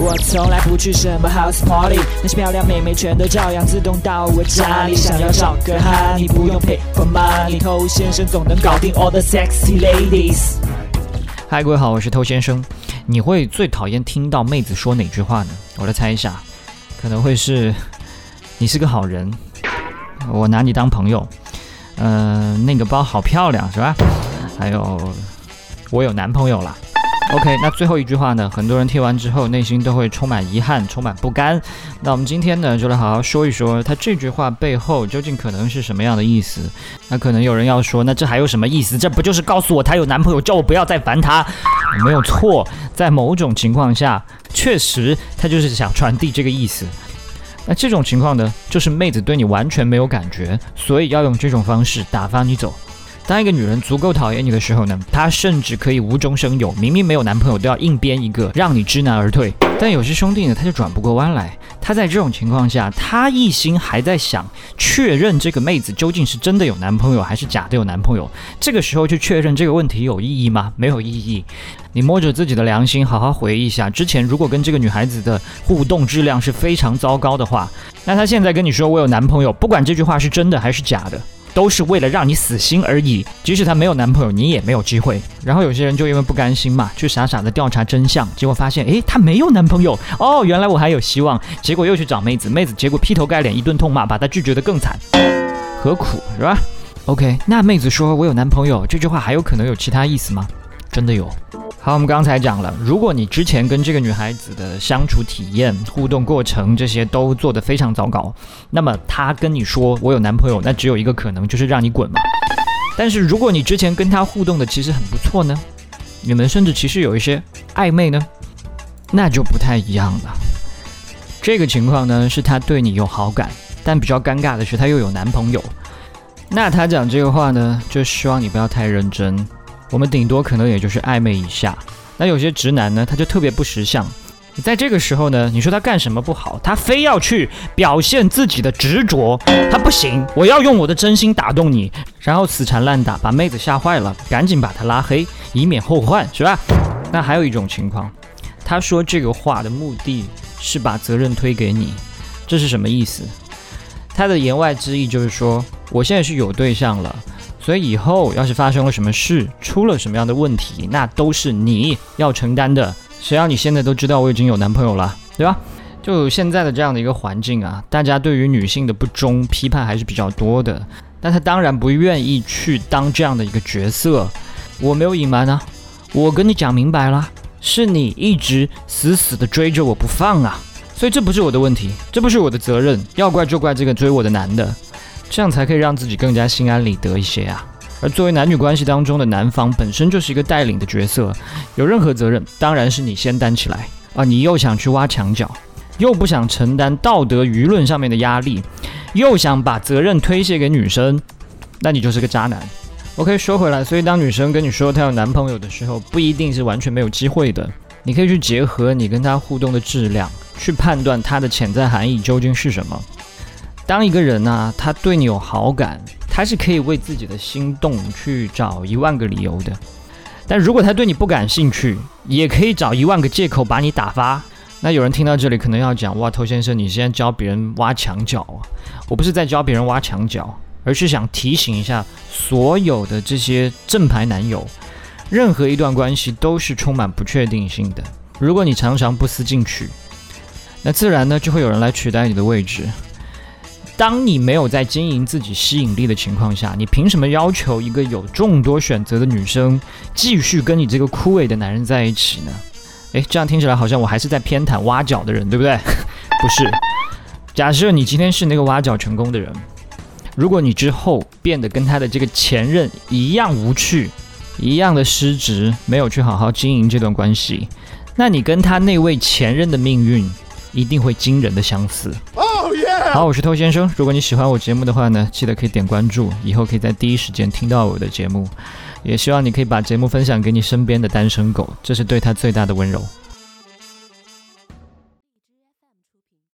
我从来不去什么 house party， 那些漂亮妹妹全都照样自动到我家里。想要找个哈，你不用 pay for money， 偷先生总能搞定 all the sexy ladies。 嗨，各位好，我是偷先生。你会最讨厌听到妹子说哪句话呢？我来猜一下，可能会是你是个好人，我拿你当朋友，那个包好漂亮，是吧？还有我有男朋友啦。OK， 那最后一句话呢，很多人听完之后内心都会充满遗憾，充满不甘。那我们今天呢，就来好好说一说他这句话背后究竟可能是什么样的意思。那可能有人要说，那这还有什么意思？这不就是告诉我他有男朋友，叫我不要再烦他？没有错，在某种情况下，确实他就是想传递这个意思。那这种情况呢，就是妹子对你完全没有感觉，所以要用这种方式打发你走。当一个女人足够讨厌你的时候呢，她甚至可以无中生有，明明没有男朋友都要硬编一个，让你知难而退。但有些兄弟呢，他就转不过弯来。他在这种情况下，他一心还在想确认这个妹子究竟是真的有男朋友还是假的有男朋友。这个时候去确认这个问题有意义吗？没有意义。你摸着自己的良心，好好回忆一下，之前如果跟这个女孩子的互动质量是非常糟糕的话，那她现在跟你说我有男朋友，不管这句话是真的还是假的，都是为了让你死心而已。即使她没有男朋友，你也没有机会。然后有些人就因为不甘心嘛，去傻傻的调查真相，结果发现她没有男朋友哦，原来我还有希望。结果又去找妹子，结果劈头盖脸一顿痛骂，把她拒绝得更惨，何苦是吧？ OK， 那妹子说我有男朋友这句话还有可能有其他意思吗？真的有。好，我们刚才讲了，如果你之前跟这个女孩子的相处体验、互动过程这些都做得非常糟糕，那么她跟你说我有男朋友，那只有一个可能，就是让你滚嘛。但是如果你之前跟她互动的其实很不错呢，你们甚至其实有一些暧昧呢，那就不太一样了。这个情况呢，是她对你有好感，但比较尴尬的是她又有男朋友。那她讲这个话呢，就希望你不要太认真。我们顶多可能也就是暧昧一下。那有些直男呢，他就特别不识相。在这个时候呢，你说他干什么不好，他非要去表现自己的执着，他不行，我要用我的真心打动你，然后死缠烂打，把妹子吓坏了，赶紧把他拉黑，以免后患，是吧？那还有一种情况，他说这个话的目的是把责任推给你，这是什么意思？他的言外之意就是说，我现在是有对象了，所以以后要是发生了什么事，出了什么样的问题，那都是你要承担的。谁让你现在都知道我已经有男朋友了，对吧？就现在的这样的一个环境啊，大家对于女性的不忠批判还是比较多的，但他当然不愿意去当这样的一个角色。我没有隐瞒啊，我跟你讲明白了，是你一直死死的追着我不放啊，所以这不是我的问题，这不是我的责任，要怪就怪这个追我的男的。这样才可以让自己更加心安理得一些啊。而作为男女关系当中的男方，本身就是一个带领的角色，有任何责任当然是你先担起来啊！你又想去挖墙角，又不想承担道德舆论上面的压力，又想把责任推卸给女生，那你就是个渣男。OK， 说回来，所以当女生跟你说她有男朋友的时候，不一定是完全没有机会的。你可以去结合你跟她互动的质量，去判断她的潜在含义究竟是什么。当一个人啊，他对你有好感，他是可以为自己的心动去找10000个理由的。但如果他对你不感兴趣，也可以找10000个借口把你打发。那有人听到这里可能要讲，哇，头先生你现在教别人挖墙角啊？我不是在教别人挖墙角，而是想提醒一下所有的这些正牌男友，任何一段关系都是充满不确定性的。如果你常常不思进取，那自然呢就会有人来取代你的位置。当你没有在经营自己吸引力的情况下，你凭什么要求一个有众多选择的女生继续跟你这个枯萎的男人在一起呢？这样听起来好像我还是在偏袒挖角的人，对不对？不是。假设你今天是那个挖角成功的人，如果你之后变得跟他的这个前任一样无趣，一样的失职，没有去好好经营这段关系，那你跟他那位前任的命运一定会惊人的相似。好，我是偷先生。如果你喜欢我节目的话呢，记得可以点关注，以后可以在第一时间听到我的节目。也希望你可以把节目分享给你身边的单身狗，这是对他最大的温柔。